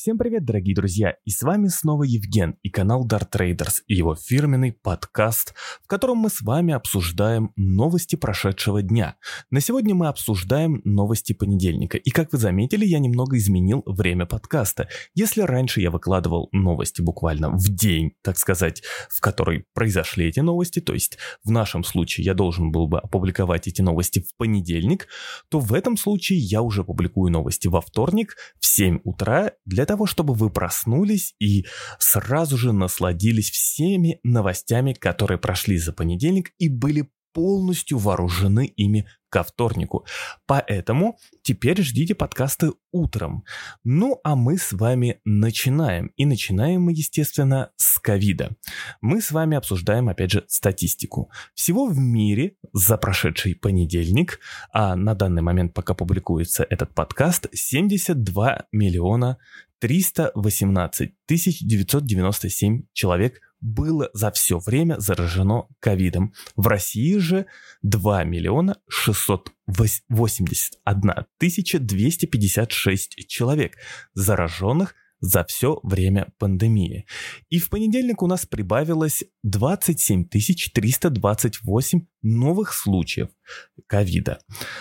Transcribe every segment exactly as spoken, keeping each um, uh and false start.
Всем привет, дорогие друзья, и с вами снова Евген и канал Dartraders и его фирменный подкаст, в котором мы с вами обсуждаем новости прошедшего дня. На сегодня мы обсуждаем новости понедельника, и как вы заметили, я немного изменил время подкаста. Если раньше я выкладывал новости буквально в день, так сказать, в который произошли эти новости, то есть в нашем случае я должен был бы опубликовать эти новости в понедельник, то в этом случае я уже публикую новости во вторник в семь утра для того, чтобы вы проснулись и сразу же насладились всеми новостями, которые прошли за понедельник и были полностью вооружены ими ко вторнику. Поэтому теперь ждите подкасты утром. Ну, а мы с вами начинаем. И начинаем мы, естественно, с ковида. Мы с вами обсуждаем, опять же, статистику. Всего в мире за прошедший понедельник, а на данный момент, пока публикуется этот подкаст, семьдесят два миллиона триста восемнадцать тысяч девятьсот девяносто семь человек было за все время заражено ковидом. В России же два миллиона шестьсот восемьдесят одна тысяча двести пятьдесят шесть человек зараженных за все время пандемии. И в понедельник у нас прибавилось двадцать семь тысяч триста двадцать восемь новых случаев ковида.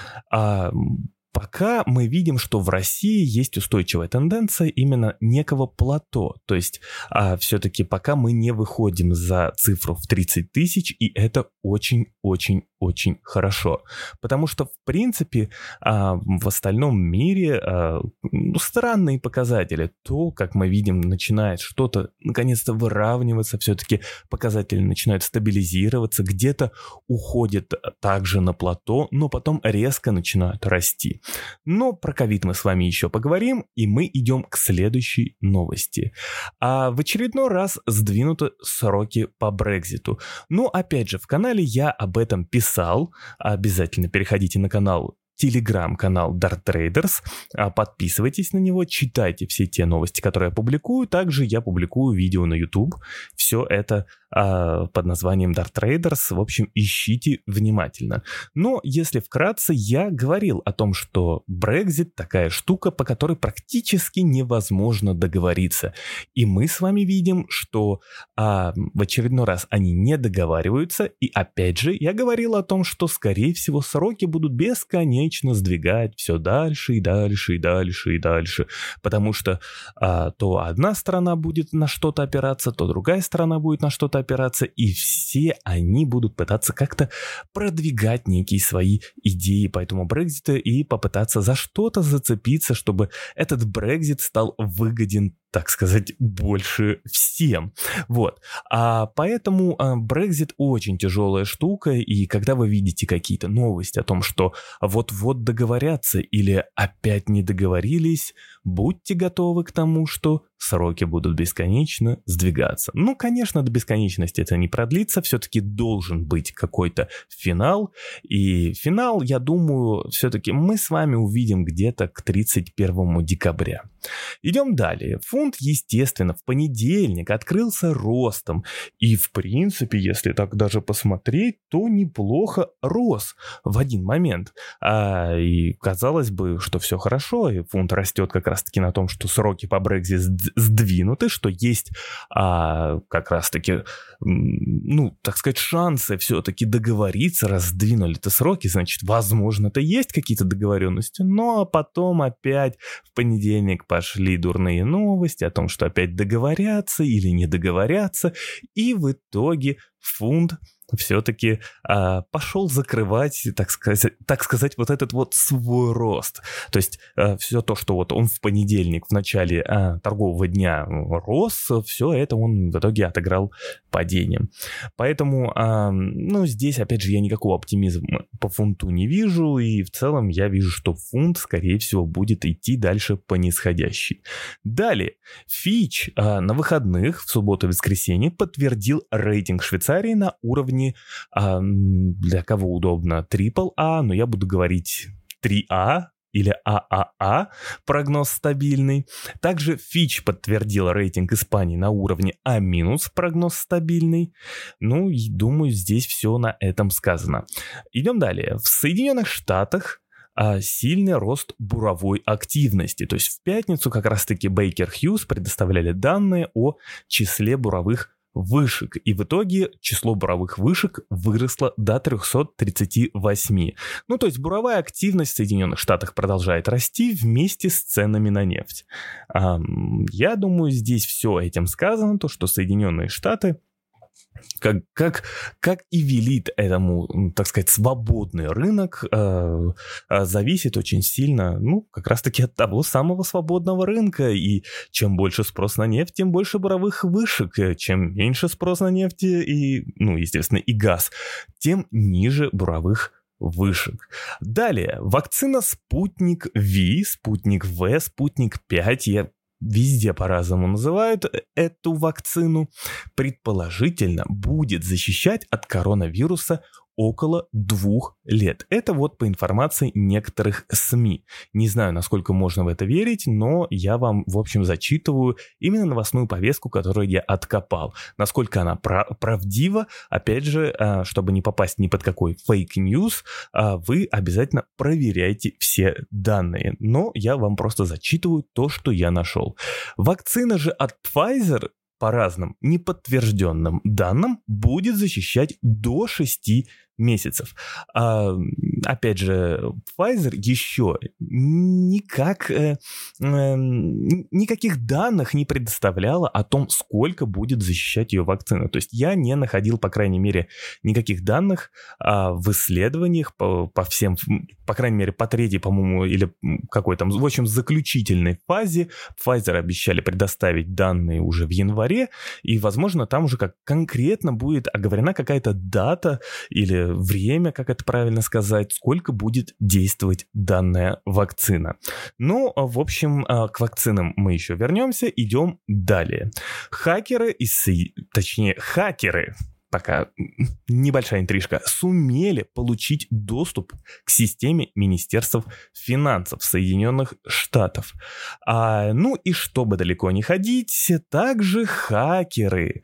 А Пока мы видим, что в России есть устойчивая тенденция именно некого плато, то есть а, все-таки пока мы не выходим за цифру в тридцать тысяч, и это очень-очень-очень хорошо, потому что в принципе а, в остальном мире а, ну, странные показатели, то, как мы видим, начинает что-то наконец-то выравниваться, все-таки показатели начинают стабилизироваться, где-то уходят также на плато, но потом резко начинают расти. Но про ковид мы с вами еще поговорим, и мы идем к следующей новости. А в очередной раз сдвинуты сроки по Брекситу. Ну, опять же, в канале я об этом писал. Обязательно переходите на канал, телеграм-канал Dartraders, подписывайтесь на него, читайте все те новости, которые я публикую. Также я публикую видео на YouTube. Все это а, под названием Dartraders. В общем, ищите внимательно. Но если вкратце, я говорил о том, что Brexit такая штука, по которой практически невозможно договориться. И мы с вами видим, что а, в очередной раз они не договариваются. И опять же, я говорил о том, что, скорее всего, сроки будут бесконечны сдвигать все дальше и дальше и дальше и дальше, потому что а, то одна сторона будет на что-то опираться, то другая сторона будет на что-то опираться, и все они будут пытаться как-то продвигать некие свои идеи по этому Брекситу и попытаться за что-то зацепиться, чтобы этот Брексит стал выгоден, так сказать, больше всем. Вот. А поэтому Брексит очень тяжелая штука, и когда вы видите какие-то новости о том, что вот-вот договорятся или опять не договорились, будьте готовы к тому, что сроки будут бесконечно сдвигаться. Ну, конечно, до бесконечности это не продлится, все-таки должен быть какой-то финал, и финал, я думаю, все-таки мы с вами увидим где-то к тридцать первому декабря. Идем далее. Фунт, естественно, в понедельник открылся ростом, и в принципе, если так даже посмотреть, то неплохо рос в один момент. А, и казалось бы, что все хорошо, и фунт растет как раз-таки на том, что сроки по Брекситу сдвинуты, что есть а, как раз-таки, ну, так сказать, шансы все-таки договориться, раз сдвинули-то сроки, значит, возможно-то есть какие-то договоренности, но потом опять в понедельник пошли дурные новости о том, что опять договорятся или не договорятся, и в итоге фунт все-таки а, пошел закрывать, так сказать, так сказать, вот этот вот свой рост. То есть а, все то, что вот он в понедельник в начале а, торгового дня рос, все это он в итоге отыграл падением. Поэтому, а, ну, здесь, опять же, я никакого оптимизма по фунту не вижу, и в целом я вижу, что фунт, скорее всего, будет идти дальше по нисходящей. Далее, Fitch а, на выходных, в субботу и воскресенье, подтвердил рейтинг Швейцарии на уровне, а, для кого удобно, трипл А, но я буду говорить три А или а а а, прогноз стабильный. Также Fitch подтвердил рейтинг Испании на уровне А-, прогноз стабильный. Ну, и думаю, здесь все на этом сказано. Идем далее. В Соединенных Штатах а, сильный рост буровой активности. То есть в пятницу как раз-таки Baker Hughes предоставляли данные о числе буровых вышек, и в итоге число буровых вышек выросло до триста тридцать восемь. Ну, то есть буровая активность в Соединенных Штатах продолжает расти вместе с ценами на нефть. А, я думаю, здесь все этим сказано, то, что Соединенные Штаты, Как, как, как и велит этому, так сказать, свободный рынок, э, э, зависит очень сильно, ну, как раз-таки от того самого свободного рынка. И чем больше спрос на нефть, тем больше буровых вышек. Чем меньше спрос на нефть и, ну, естественно, и газ, тем ниже буровых вышек. Далее, вакцина Спутник V, Спутник V, Спутник пять, я везде по-разному называют эту вакцину, предположительно будет защищать от коронавируса около двух лет. Это вот по информации некоторых СМИ. Не знаю, насколько можно в это верить, но я вам, в общем, зачитываю именно новостную повестку, которую я откопал. Насколько она прав- правдива, опять же, чтобы не попасть ни под какой фейк-ньюс, вы обязательно проверяйте все данные. Но я вам просто зачитываю то, что я нашел. Вакцина же от Pfizer, по разным неподтвержденным данным, будет защищать до шести месяцев. А, опять же, Pfizer еще никак, э, э, никаких данных не предоставляла о том, сколько будет защищать ее вакцина. То есть я не находил, по крайней мере, никаких данных а, в исследованиях по, по всем, по крайней мере, по третьей, по-моему, или какой-то, в общем, заключительной фазе. Pfizer обещали предоставить данные уже в январе, и, возможно, там уже как конкретно будет оговорена какая-то дата или время, как это правильно сказать, сколько будет действовать данная вакцина. Ну, в общем, к вакцинам мы еще вернемся, идем далее. Хакеры, из, точнее, хакеры, пока небольшая интрижка, сумели получить доступ к системе Министерства финансов Соединенных Штатов. А, ну и чтобы далеко не ходить, также хакеры,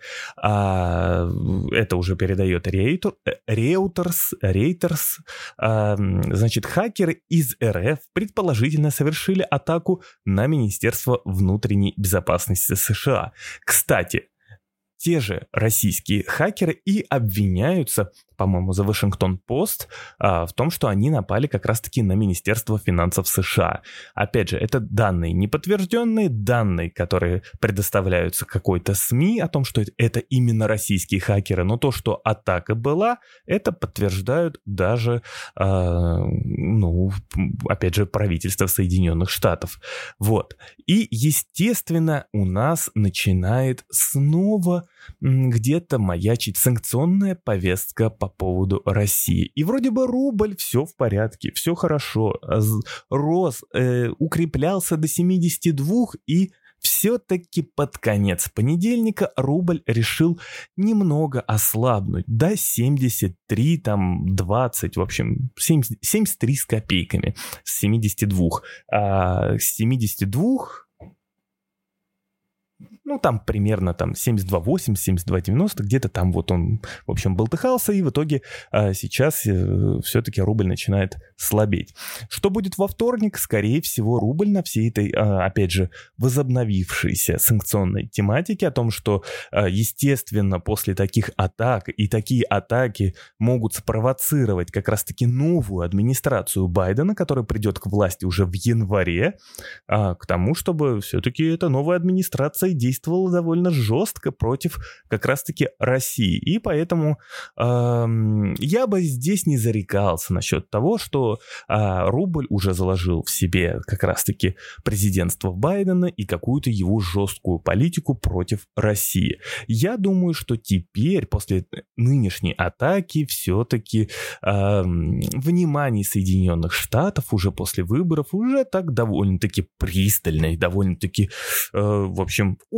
а, это уже передает Рейтер, Reuters, Reuters, а, значит, хакеры из РФ предположительно совершили атаку на Министерство внутренней безопасности США. Кстати, те же российские хакеры и обвиняются, по-моему, за Вашингтон-Пост а, в том, что они напали как раз-таки на Министерство финансов США. Опять же, это данные неподтвержденные, данные, которые предоставляются какой-то СМИ о том, что это именно российские хакеры, но то, что атака была, это подтверждают даже, а, ну, опять же, правительство Соединенных Штатов. Вот. И, естественно, у нас начинает снова где-то маячить санкционная повестка по поводу России. И вроде бы рубль, все в порядке, все хорошо, рос, э, укреплялся до семидесяти двух, и все-таки под конец понедельника рубль решил немного ослабнуть до семьдесят три, там, двадцать, в общем, семьдесят, семьдесят три с копейками с семидесяти двух. А с семидесяти двух... Ну, там примерно там семьдесят два восемьдесят, семьдесят два девяносто, где-то там вот он, в общем, болтыхался, и в итоге а, сейчас а, все-таки рубль начинает слабеть. Что будет во вторник? Скорее всего, рубль на всей этой, а, опять же, возобновившейся санкционной тематике, о том, что, а, естественно, после таких атак, и такие атаки могут спровоцировать как раз-таки новую администрацию Байдена, которая придет к власти уже в январе, а, к тому, чтобы все-таки эта новая администрация действовала действовала довольно жестко против как раз-таки России. И поэтому э, я бы здесь не зарекался насчет того, что э, рубль уже заложил в себе как раз-таки президентство Байдена и какую-то его жесткую политику против России. Я думаю, что теперь, после нынешней атаки, все-таки э, внимание Соединенных Штатов уже после выборов уже так довольно-таки пристально и довольно-таки, э, в общем, очень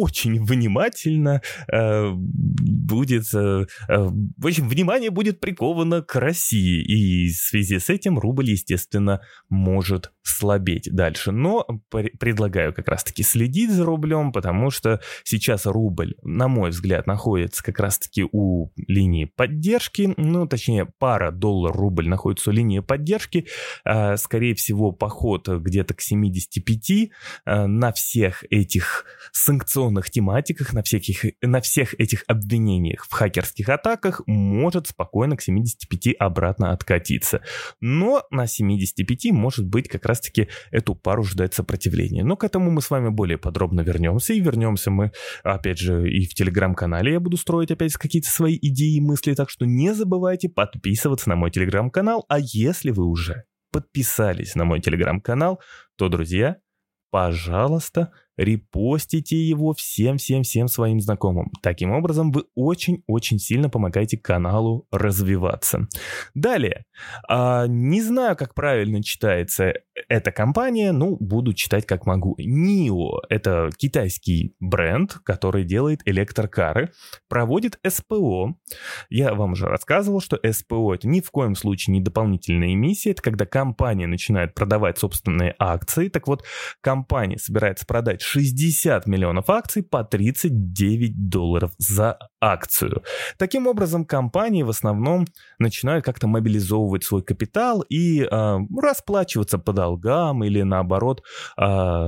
очень внимательно э, будет... Э, э, в общем, внимание будет приковано к России. И в связи с этим рубль, естественно, может слабеть дальше. Но пр- предлагаю как раз-таки следить за рублем, потому что сейчас рубль, на мой взгляд, находится как раз-таки у линии поддержки. Ну, точнее, пара доллар-рубль находится у линии поддержки. Э, скорее всего, поход где-то к семидесяти пяти э, на всех этих санкционных тематиках, на, всяких, на всех этих обвинениях в хакерских атаках может спокойно к семидесяти пяти обратно откатиться. Но на семидесяти пяти может быть как раз-таки эту пару ждать сопротивления. Но к этому мы с вами более подробно вернемся. И вернемся мы, опять же, и в телеграм-канале я буду строить опять какие-то свои идеи и мысли. Так что не забывайте подписываться на мой телеграм-канал. А если вы уже подписались на мой телеграм-канал, то, друзья, пожалуйста, репостите его всем-всем-всем своим знакомым. Таким образом, вы очень-очень сильно помогаете каналу развиваться. Далее. А, не знаю, как правильно читается эта компания, ну, буду читать как могу. нио — это китайский бренд, который делает электрокары, проводит эс пэ о. Я вам уже рассказывал, что эс пэ о — это ни в коем случае не дополнительная эмиссия, это когда компания начинает продавать собственные акции. Так вот, компания собирается продать шестьдесят миллионов акций по тридцать девять долларов за акцию. Таким образом, компании в основном начинают как-то мобилизовывать свой капитал и э, расплачиваться по долгам или, наоборот, э,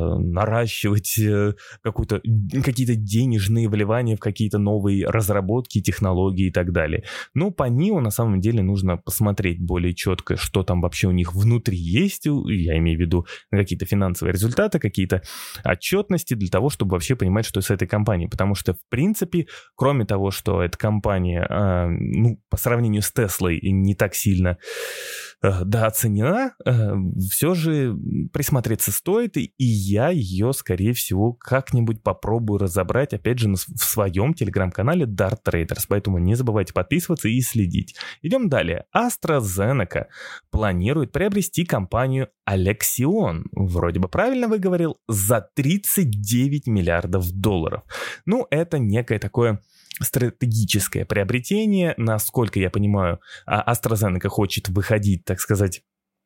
наращивать э, какую-то, какие-то денежные вливания в какие-то новые разработки, технологии и так далее. Но по нио на самом деле нужно посмотреть более четко, что там вообще у них внутри есть, я имею в виду какие-то финансовые результаты, какие-то отчетности, для того, чтобы вообще понимать, что с этой компанией. Потому что, в принципе, кроме того, что эта компания, э, ну, по сравнению с Теслой не так сильно э, дооценена, э, все же присмотреться стоит, и, и я ее, скорее всего, как-нибудь попробую разобрать, опять же, в своем телеграм-канале Dart Traders. Поэтому не забывайте подписываться и следить. Идем далее. AstraZeneca планирует приобрести компанию Alexion. Вроде бы правильно выговорил, за тридцать девять миллиардов долларов. Ну, это некое такое стратегическое приобретение. Насколько я понимаю, AstraZeneca хочет выходить, так сказать,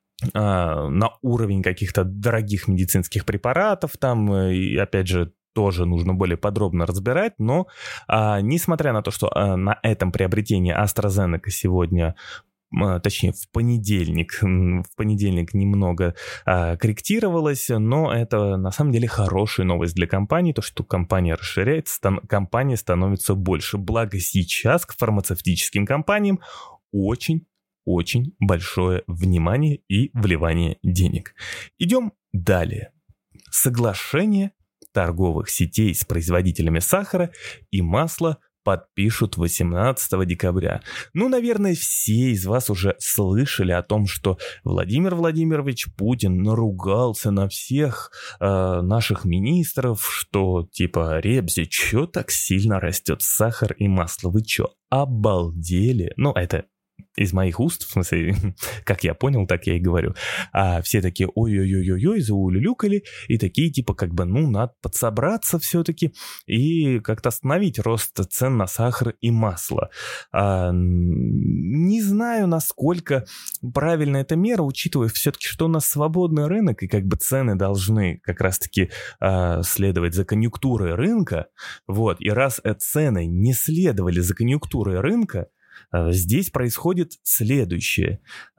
на уровень каких-то дорогих медицинских препаратов. Там, и, опять же, тоже нужно более подробно разбирать, но а, несмотря на то, что а, на этом приобретении AstraZeneca сегодня, точнее, в понедельник, в понедельник немного а, корректировалось, но это на самом деле хорошая новость для компании, то, что компания расширяется, стан- компания становится больше. Благо сейчас к фармацевтическим компаниям очень очень большое внимание и вливание денег. Идем далее. Соглашение торговых сетей с производителями сахара и масла подпишут восемнадцатого декабря. Ну, наверное, все из вас уже слышали о том, что Владимир Владимирович Путин наругался на всех э, наших министров, что типа, ребзи, чё так сильно растет сахар и масло? Вы чё, обалдели? Ну, это из моих уст, в смысле, как я понял, так я и говорю. А все такие ой-ой-ой-ой-ой, заулюлюкали, и такие типа как бы, ну, надо подсобраться все-таки и как-то остановить рост цен на сахар и масло. А, не знаю, насколько правильна эта мера, учитывая все-таки, что у нас свободный рынок, и как бы цены должны как раз-таки а, следовать за конъюнктурой рынка, вот, и раз цены не следовали за конъюнктурой рынка, здесь происходит следующее.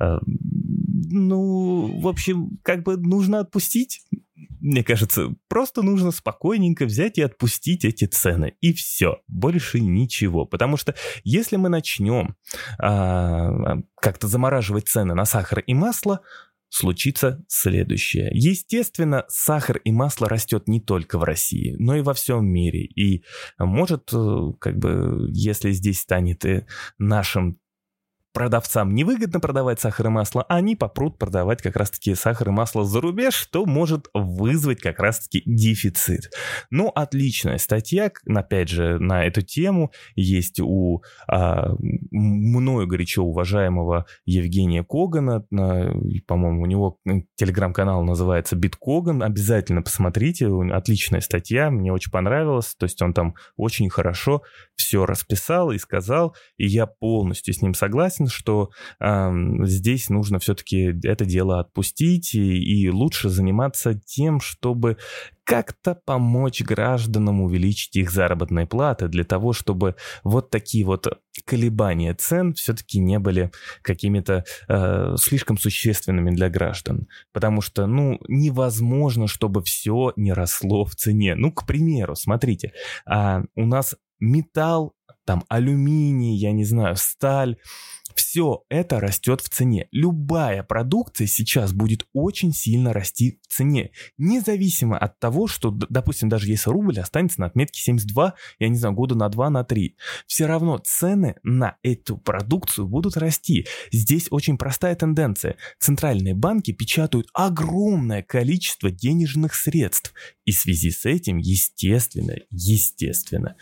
Ну, в общем, как бы нужно отпустить. Мне кажется, просто нужно спокойненько взять и отпустить эти цены. И все, больше ничего. Потому что если мы начнем а, как-то замораживать цены на сахар и масло, случится следующее. Естественно, сахар и масло растет не только в России, но и во всем мире. И может, как бы, если здесь станет нашим продавцам невыгодно продавать сахар и масло, они попрут продавать как раз-таки сахар и масло за рубеж, что может вызвать как раз-таки дефицит. Ну, отличная статья, опять же, на эту тему есть у а, мною горячо уважаемого Евгения Когана, по-моему, у него телеграм-канал называется Биткоган, обязательно посмотрите, отличная статья, мне очень понравилась, то есть он там очень хорошо все расписал и сказал, и я полностью с ним согласен, что э, здесь нужно все-таки это дело отпустить и, и лучше заниматься тем, чтобы как-то помочь гражданам увеличить их заработные платы для того, чтобы вот такие вот колебания цен все-таки не были какими-то э, слишком существенными для граждан. Потому что, ну, невозможно, чтобы все не росло в цене. Ну, к примеру, смотрите, э, у нас металл, там, алюминий, я не знаю, сталь, все это растет в цене. Любая продукция сейчас будет очень сильно расти в цене. Независимо от того, что, допустим, даже если рубль останется на отметке семьдесят два, я не знаю, года на два, на три, все равно цены на эту продукцию будут расти. Здесь очень простая тенденция. Центральные банки печатают огромное количество денежных средств. И в связи с этим, естественно, естественно,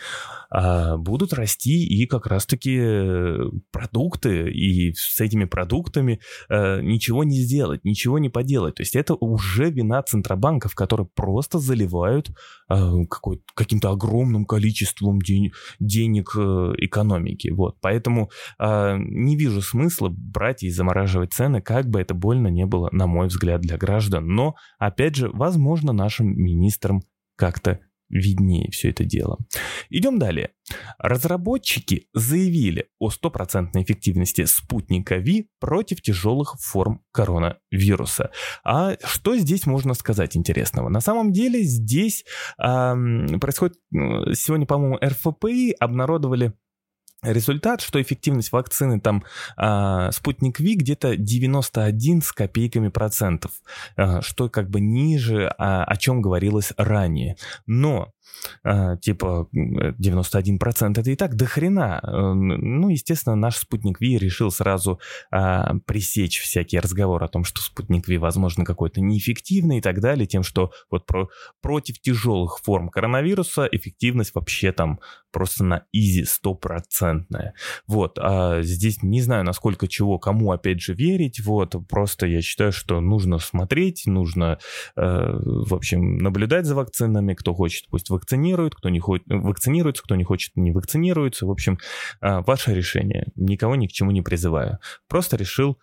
будут расти и как раз-таки продукты, и с этими продуктами э, ничего не сделать, ничего не поделать. То есть это уже вина центробанков, которые просто заливают э, каким-то огромным количеством день, денег э, экономики. Вот. Поэтому э, не вижу смысла брать и замораживать цены, как бы это больно не было, на мой взгляд, для граждан. Но, опять же, возможно, нашим министрам как-то виднее все это дело. Идем далее. Разработчики заявили о стопроцентной эффективности спутника Ви против тяжелых форм коронавируса. А что здесь можно сказать интересного? На самом деле здесь эм, происходит... Сегодня, по-моему, эр эф пэ и обнародовали результат, что эффективность вакцины там э, спутник Ви где-то девяносто один с копейками процентов, э, что как бы ниже, о, о чем говорилось ранее. Но Uh, типа девяносто один процент это и так до хрена. Uh, ну, естественно, наш спутник Ви решил сразу uh, пресечь всякий разговор о том, что спутник Ви, возможно, какой-то неэффективный и так далее, тем, что вот про, против тяжелых форм коронавируса эффективность вообще там просто на изи стопроцентная. Вот, а здесь не знаю, насколько чего, кому опять же верить, вот, просто я считаю, что нужно смотреть, нужно, uh, в общем, наблюдать за вакцинами, кто хочет, пусть вакцинирует, кто не хочет, вакцинируется, кто не хочет, не вакцинируется. В общем, ваше решение. Никого ни к чему не призываю. Просто решил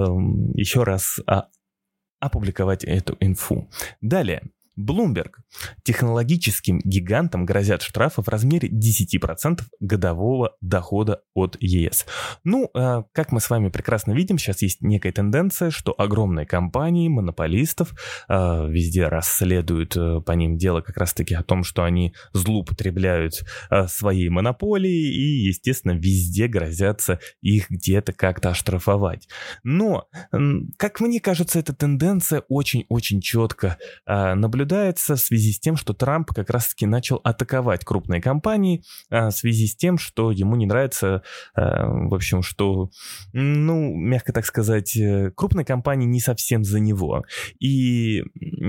еще раз опубликовать эту инфу. Далее. Bloomberg. Технологическим гигантам грозят штрафы в размере десять процентов годового дохода от ЕС. Ну, э, как мы с вами прекрасно видим, сейчас есть некая тенденция, что огромные компании, монополистов э, везде расследуют э, по ним дело как раз-таки о том, что они злоупотребляют э, своей монополией и, естественно, везде грозятся их где-то как-то оштрафовать. Но, э, как мне кажется, эта тенденция очень-очень четко э, наблюдается в связи с тем, что Трамп как раз-таки начал атаковать крупные компании, в связи с тем, что ему не нравится, в общем, что, ну, мягко так сказать, крупные компании не совсем за него. И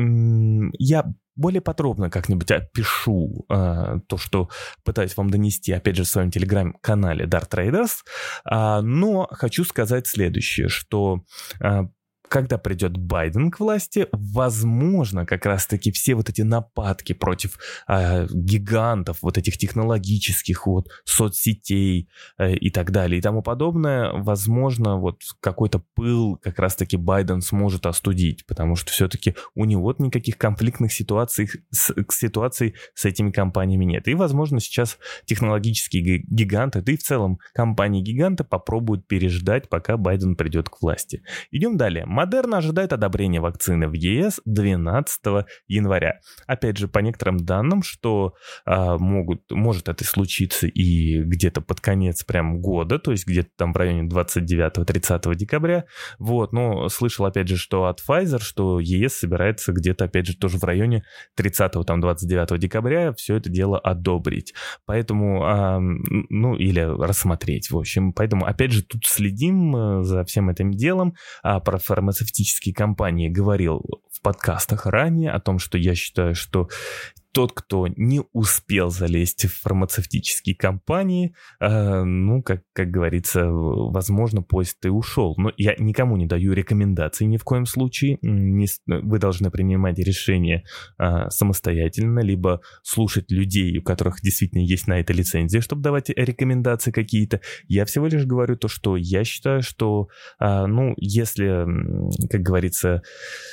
я более подробно как-нибудь опишу э, то, что пытаюсь вам донести, опять же, в своем телеграм-канале Dart Traders, э, но хочу сказать следующее, что... Э, Когда придет Байден к власти, возможно, как раз-таки все вот эти нападки против э, гигантов, вот этих технологических вот соцсетей э, и так далее и тому подобное, возможно, вот какой-то пыл как раз-таки Байден сможет остудить, потому что все-таки у него никаких конфликтных ситуаций с, ситуаций с этими компаниями нет. И, возможно, сейчас технологические гиганты, да и в целом компании-гиганты попробуют переждать, пока Байден придет к власти. Идем далее. Модерна ожидает одобрения вакцины в ЕС двенадцатого января. Опять же, по некоторым данным, что а, могут, может это случиться и где-то под конец прям года, то есть где-то там в районе двадцать девятого-тридцатого декабря. Вот, но слышал опять же, что от Pfizer, что ЕС собирается где-то опять же тоже в районе тридцатого-двадцать девятого декабря все это дело одобрить. Поэтому, а, ну или рассмотреть, в общем. Поэтому опять же тут следим за всем этим делом. А про фармацевтические компании говорил в подкастах ранее о том, что я считаю, что тот, кто не успел залезть в фармацевтические компании, э, ну, как, как говорится, возможно, поезд и ушел. Но я никому не даю рекомендаций ни в коем случае. Не, вы должны принимать решения э, самостоятельно, либо слушать людей, у которых действительно есть на это лицензия, чтобы давать рекомендации какие-то. Я всего лишь говорю то, что я считаю, что, э, ну, если, как говорится,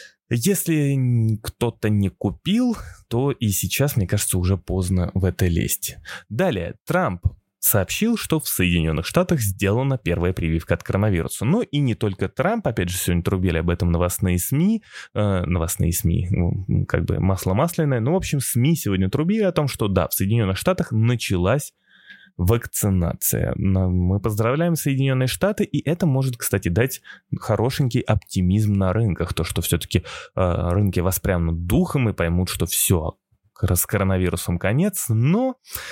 если кто-то не купил, то и сейчас, мне кажется, уже поздно в это лезть. Далее, Трамп сообщил, что в Соединенных Штатах сделана первая прививка от коронавируса. Но и не только Трамп, опять же, сегодня трубили об этом новостные СМИ, э, новостные СМИ, ну, как бы масло масляное, ну, в общем, СМИ сегодня трубили о том, что да, в Соединенных Штатах началась вакцинация. Мы поздравляем Соединенные Штаты, и это может, кстати, дать хорошенький оптимизм на рынках, то, что все-таки э, рынки воспрянут духом и поймут, что все, с коронавирусом конец, но,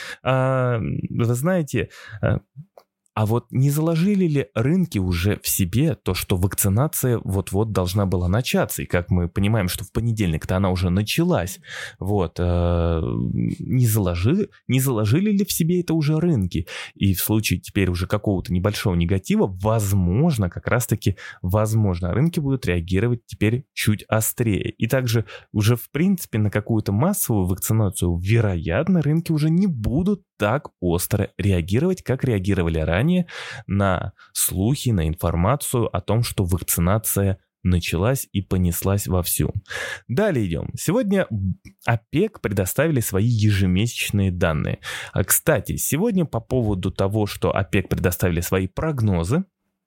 э, вы знаете, э, а вот не заложили ли рынки уже в себе то, что вакцинация вот-вот должна была начаться? И как мы понимаем, что в понедельник-то она уже началась. Вот. Э, не, заложи, не заложили ли в себе это уже рынки? И в случае теперь уже какого-то небольшого негатива, возможно, как раз-таки, возможно, рынки будут реагировать теперь чуть острее. И также уже, в принципе, на какую-то массовую вакцинацию, вероятно, рынки уже не будут так остро реагировать, как реагировали ранее на слухи, на информацию о том, что вакцинация началась и понеслась вовсю. Далее идем. Сегодня ОПЕК предоставили свои ежемесячные данные. Кстати, сегодня по поводу того, что ОПЕК предоставили свои прогнозы,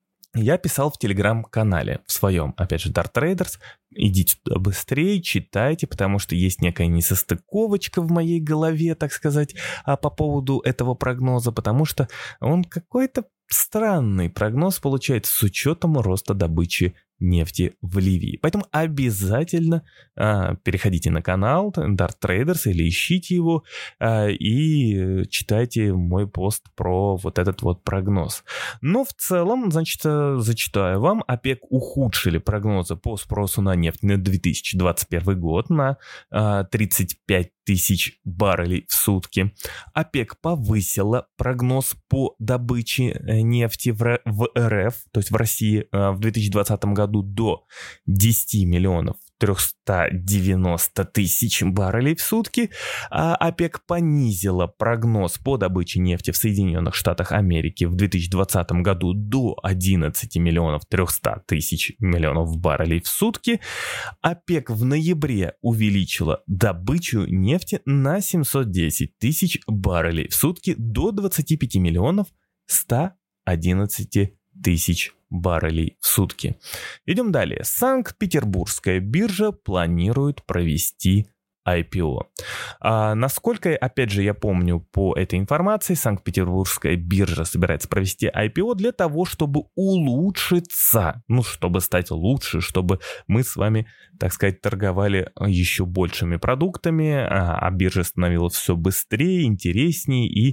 я писал в телеграм-канале, в своем, опять же, Dart Traders. Идите туда быстрее, читайте, потому что есть некая несостыковочка в моей голове, так сказать, а по поводу этого прогноза, потому что он какой-то странный прогноз получается с учетом роста добычи нефти в Ливии. Поэтому обязательно а, переходите на канал Dart Traders или ищите его а, и читайте мой пост про вот этот вот прогноз. Но в целом, значит, зачитаю вам, ОПЕК ухудшили прогнозы по спросу на нефть на две тысячи двадцать первый год на а, тридцать пять тысяч баррелей в сутки. ОПЕК повысила прогноз по добыче нефти в, в РФ, то есть в России а, в две тысячи двадцатом году до десяти миллионов триста девяносто тысяч баррелей в сутки, а ОПЕК понизила прогноз по добыче нефти в Соединенных Штатах Америки в две тысячи двадцатом году до одиннадцати миллионов трехсот тысяч миллионов баррелей в сутки. ОПЕК в ноябре увеличила добычу нефти на семьсот десять тысяч баррелей в сутки до двадцати пяти миллионов ста одиннадцати тысяч баррелей в сутки. Идем далее. Санкт-Петербургская биржа планирует провести ай пи о. А насколько, опять же, я помню по этой информации, Санкт-Петербургская биржа собирается провести ай пи о для того, чтобы улучшиться, ну, чтобы стать лучше, чтобы мы с вами, так сказать, торговали еще большими продуктами, а биржа становилась все быстрее, интереснее и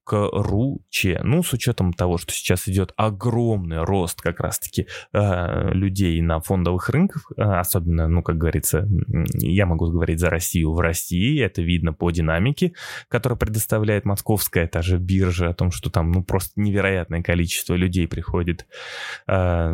круче. Ну, с учетом того, что сейчас идет огромный рост как раз-таки э, людей на фондовых рынках, э, особенно, ну, как говорится, я могу говорить за Россию в России, это видно по динамике, которую предоставляет московская та же биржа, о том, что там, ну, просто невероятное количество людей приходит, э,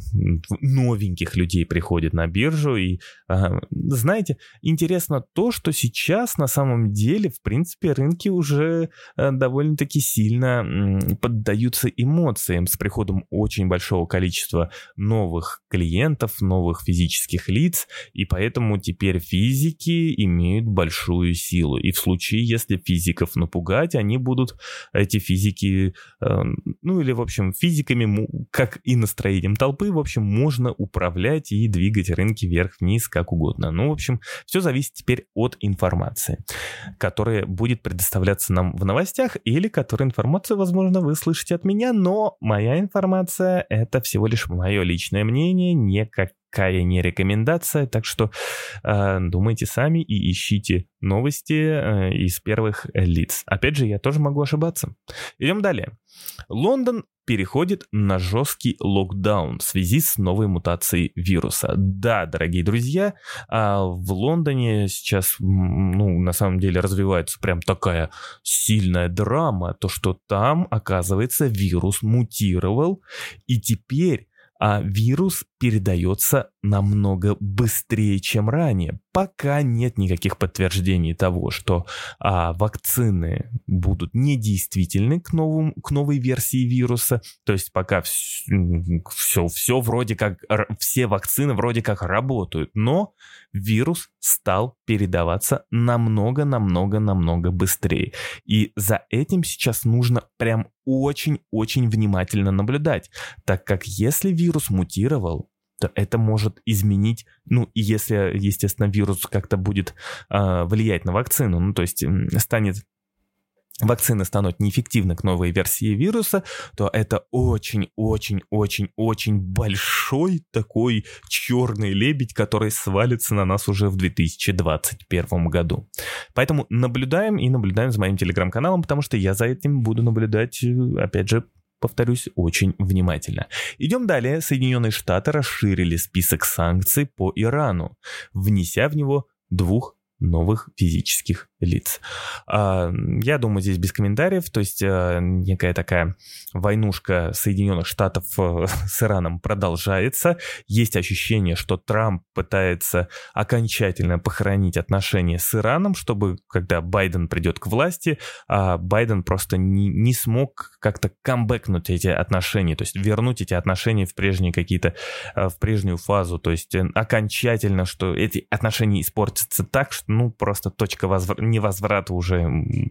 новеньких людей приходит на биржу, и, э, знаете, интересно то, что сейчас на самом деле, в принципе, рынки уже э, довольно довольно-таки сильно м, поддаются эмоциям с приходом очень большого количества новых клиентов, новых физических лиц, и поэтому теперь физики имеют большую силу. И в случае, если физиков напугать, они будут, эти физики, э, ну или, в общем, физиками, как и настроением толпы, в общем, можно управлять и двигать рынки вверх-вниз как угодно. Ну, в общем, все зависит теперь от информации, которая будет предоставляться нам в новостях, или которую информацию, возможно, вы слышите от меня, но моя информация — это всего лишь мое личное мнение, не какая не рекомендация, так что э, думайте сами и ищите новости э, из первых лиц. Опять же, я тоже могу ошибаться. Идем далее. Лондон переходит на жесткий локдаун в связи с новой мутацией вируса. Да, дорогие друзья, в Лондоне сейчас, ну, на самом деле развивается прям такая сильная драма, то, что там, оказывается, вирус мутировал, и теперь а вирус передается намного быстрее, чем ранее. Пока нет никаких подтверждений того, что а, вакцины будут недействительны к, новым, к новой версии вируса. То есть пока все, все вроде как, все вакцины вроде как работают, но вирус стал передаваться намного-намного-намного быстрее. И за этим сейчас нужно прям очень-очень внимательно наблюдать, так как если вирус мутировал, то это может изменить, ну, и если, естественно, вирус как-то будет э, влиять на вакцину, ну, то есть станет, вакцины станут неэффективны к новой версии вируса, то это очень-очень-очень-очень большой такой черный лебедь, который свалится на нас уже в две тысячи двадцать первом году. Поэтому наблюдаем и наблюдаем за моим телеграм-каналом, потому что я за этим буду наблюдать, опять же, повторюсь, очень внимательно. Идем далее. Соединенные Штаты расширили список санкций по Ирану, внеся в него двух новых физических лиц. Я думаю, здесь без комментариев, то есть некая такая войнушка Соединенных Штатов с Ираном продолжается. Есть ощущение, что Трамп пытается окончательно похоронить отношения с Ираном, чтобы, когда Байден придет к власти, Байден просто не, не смог как-то камбэкнуть эти отношения, то есть вернуть эти отношения в прежние какие-то, в прежнюю фазу, то есть окончательно, что эти отношения испортятся так, что ну просто точка возврата, невозврата уже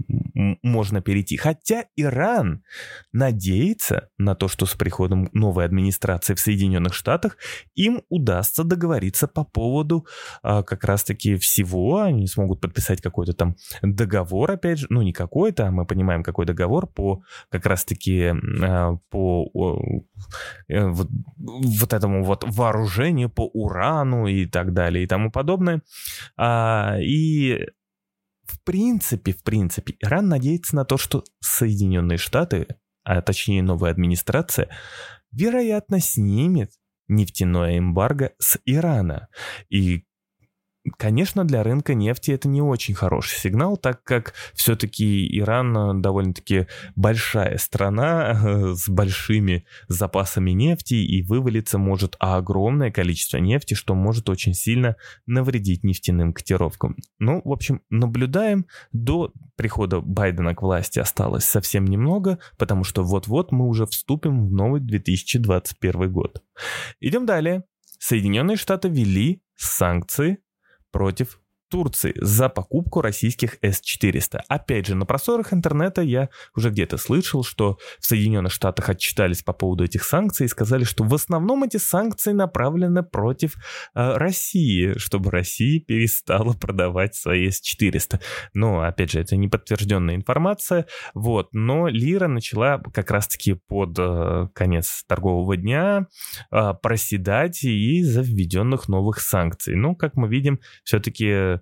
можно перейти. Хотя Иран надеется на то, что с приходом новой администрации в Соединенных Штатах им удастся договориться по поводу а, как раз-таки всего. Они смогут подписать какой-то там договор, опять же, ну не какой-то, а мы понимаем, какой договор по как раз-таки а, по о, вот, вот этому вот вооружению, по урану и так далее и тому подобное. А, и В принципе, в принципе, Иран надеется на то, что Соединенные Штаты, а точнее новая администрация, вероятно, снимет нефтяное эмбарго с Ирана. И, конечно, для рынка нефти это не очень хороший сигнал, так как все-таки Иран довольно-таки большая страна с большими запасами нефти, и вывалиться может огромное количество нефти, что может очень сильно навредить нефтяным котировкам. Ну, в общем, наблюдаем. До прихода Байдена к власти осталось совсем немного, потому что вот-вот мы уже вступим в новый две тысячи двадцать первый год. Идем далее. Соединенные Штаты ввели санкции против Турции за покупку российских эс четыреста. Опять же, на просторах интернета я уже где-то слышал, что в Соединенных Штатах отчитались по поводу этих санкций и сказали, что в основном эти санкции направлены против э, России, чтобы Россия перестала продавать свои эс четыреста. Но, опять же, это не подтвержденная информация. Вот. Но лира начала как раз-таки под э, конец торгового дня э, проседать из-за введенных новых санкций. Ну, как мы видим, все-таки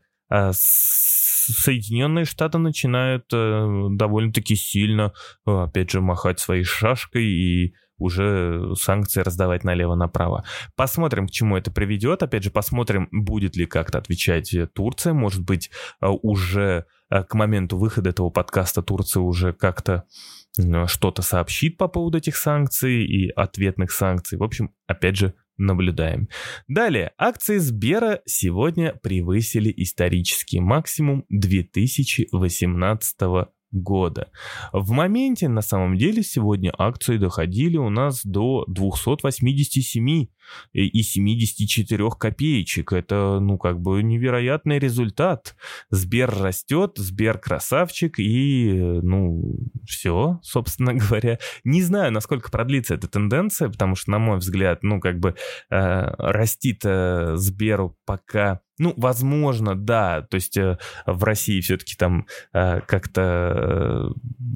Соединенные Штаты начинают э, довольно-таки сильно, э, опять же, махать своей шашкой и уже санкции раздавать налево-направо. Посмотрим, к чему это приведет. Опять же, посмотрим, будет ли как-то отвечать Турция. Может быть, э, уже э, к моменту выхода этого подкаста Турция уже как-то э, что-то сообщит по поводу этих санкций и ответных санкций. В общем, опять же, наблюдаем. Далее. Акции Сбера сегодня превысили исторический максимум две тысячи восемнадцатого года. В моменте, на самом деле, сегодня акции доходили у нас до двести восемьдесят семь и семьдесят четыре копеечек. Это, ну, как бы невероятный результат. Сбер растет, Сбер красавчик, и, ну, все, собственно говоря. Не знаю, насколько продлится эта тенденция, потому что, на мой взгляд, ну, как бы э, расти-то Сберу пока... Ну, возможно, да, то есть э, в России все-таки там э, как-то,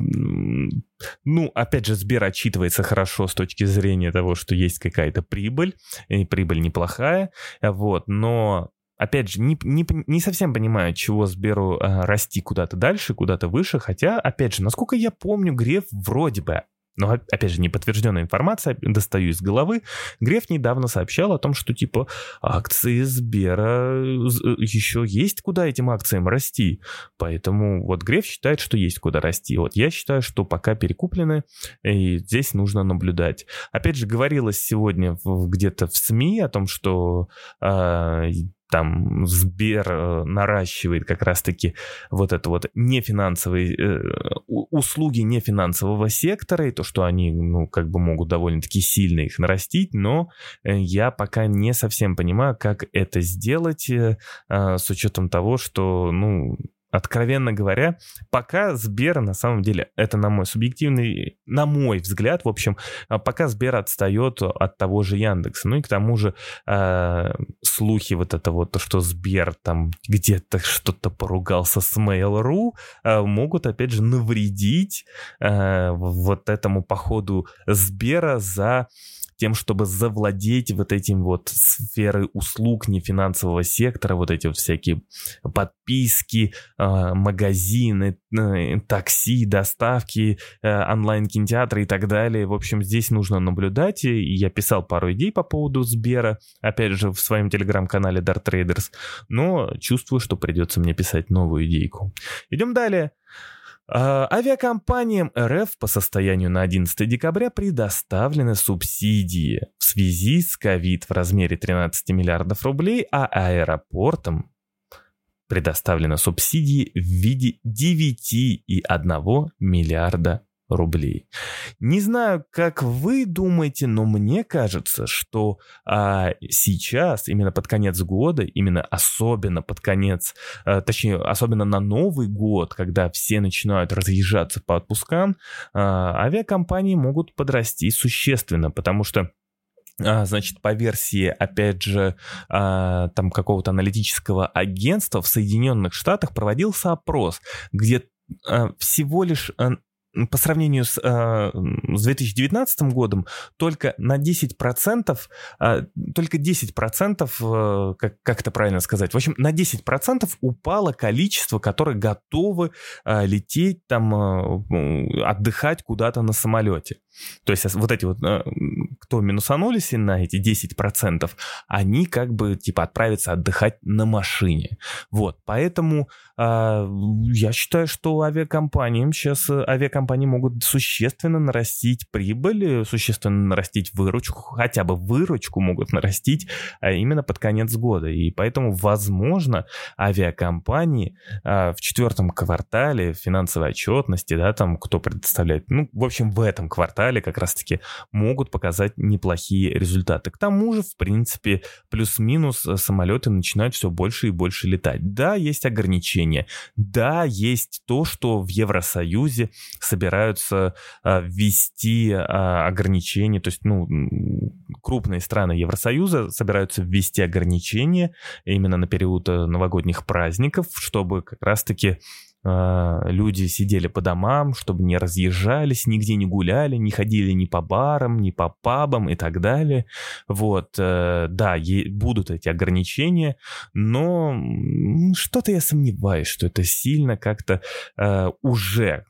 э, ну, опять же, Сбер отчитывается хорошо с точки зрения того, что есть какая-то прибыль, и прибыль неплохая, вот, но... Опять же, не, не, не совсем понимаю, чего Сберу э, расти куда-то дальше, куда-то выше, хотя, опять же, насколько я помню, Греф вроде бы, но, опять же, неподтвержденная информация, достаю из головы, Греф недавно сообщал о том, что, типа, акции Сбера, еще есть куда этим акциям расти, поэтому вот Греф считает, что есть куда расти, вот я считаю, что пока перекуплены, и здесь нужно наблюдать. Опять же, говорилось сегодня в, где-то в СМИ о том, что... Э, там Сбер наращивает как раз-таки вот это вот нефинансовые э, услуги нефинансового сектора, и то, что они, ну, как бы могут довольно-таки сильно их нарастить, но я пока не совсем понимаю, как это сделать э, с учетом того, что, ну... Откровенно говоря, пока Сбер, на самом деле, это на мой субъективный, на мой взгляд, в общем, пока Сбер отстает от того же Яндекса. Ну и к тому же э, слухи вот это вот, то, что Сбер там где-то что-то поругался с Mail.ru, э, могут, опять же, навредить э, вот этому походу Сбера за... тем, чтобы завладеть вот этим вот сферой услуг нефинансового сектора, вот эти вот всякие подписки, магазины, такси, доставки, онлайн-кинотеатры и так далее. В общем, здесь нужно наблюдать, и я писал пару идей по поводу Сбера, опять же, в своем телеграм-канале Dart Traders, но чувствую, что придется мне писать новую идейку. Идем далее. Авиакомпаниям РФ по состоянию на одиннадцатое декабря предоставлены субсидии в связи с ковид в размере тринадцать миллиардов рублей, а аэропортам предоставлены субсидии в виде девять целых одна десятая миллиарда рублей. Не знаю, как вы думаете, но мне кажется, что а, сейчас, именно под конец года, именно особенно под конец, а, точнее, особенно на Новый год, когда все начинают разъезжаться по отпускам, а, авиакомпании могут подрасти существенно, потому что значит, по версии, опять же, там какого-то аналитического агентства в Соединенных Штатах проводился опрос, где всего лишь... По сравнению с, э, с две тысячи девятнадцатым годом только на десять процентов, э, только десять процентов, э, как, как это правильно сказать, в общем, на десять процентов упало количество, которые готовы э, лететь, там, э, отдыхать куда-то на самолете. То есть вот эти вот, э, кто минусанулись на эти десять процентов, они как бы типа отправятся отдыхать на машине. Вот, поэтому э, я считаю, что авиакомпаниям сейчас, авиакомпании компании могут существенно нарастить прибыль, существенно нарастить выручку, хотя бы выручку могут нарастить именно под конец года. И поэтому, возможно, авиакомпании в четвертом квартале финансовой отчетности, да, там, кто предоставляет, ну, в общем, в этом квартале как раз-таки могут показать неплохие результаты. К тому же, в принципе, плюс-минус самолеты начинают все больше и больше летать. Да, есть ограничения. Да, есть то, что в Евросоюзе собираются а, ввести а, ограничения, то есть, ну, крупные страны Евросоюза собираются ввести ограничения именно на период новогодних праздников, чтобы как раз-таки а, люди сидели по домам, чтобы не разъезжались, нигде не гуляли, не ходили ни по барам, ни по пабам и так далее. Вот, а, да, е- будут эти ограничения, но что-то я сомневаюсь, что это сильно как-то а, уже...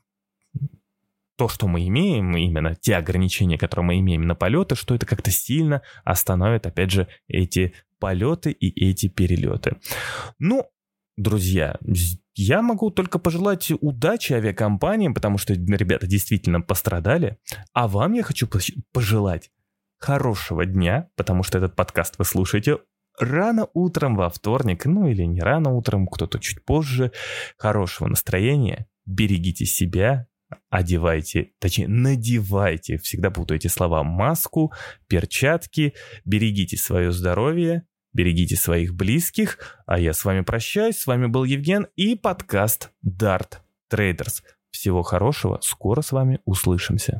То, что мы имеем, именно те ограничения, которые мы имеем на полеты, что это как-то сильно остановит, опять же, эти полеты и эти перелеты. Ну, друзья, я могу только пожелать удачи авиакомпаниям, потому что ребята действительно пострадали. А вам я хочу пожелать хорошего дня, потому что этот подкаст вы слушаете рано утром во вторник, ну или не рано утром, кто-то чуть позже. Хорошего настроения берегите себя, одевайте, точнее, надевайте, всегда путаю эти слова, маску, перчатки, берегите свое здоровье, берегите своих близких, а я с вами прощаюсь, с вами был Евген и подкаст Dart Traders. Всего хорошего, скоро с вами услышимся.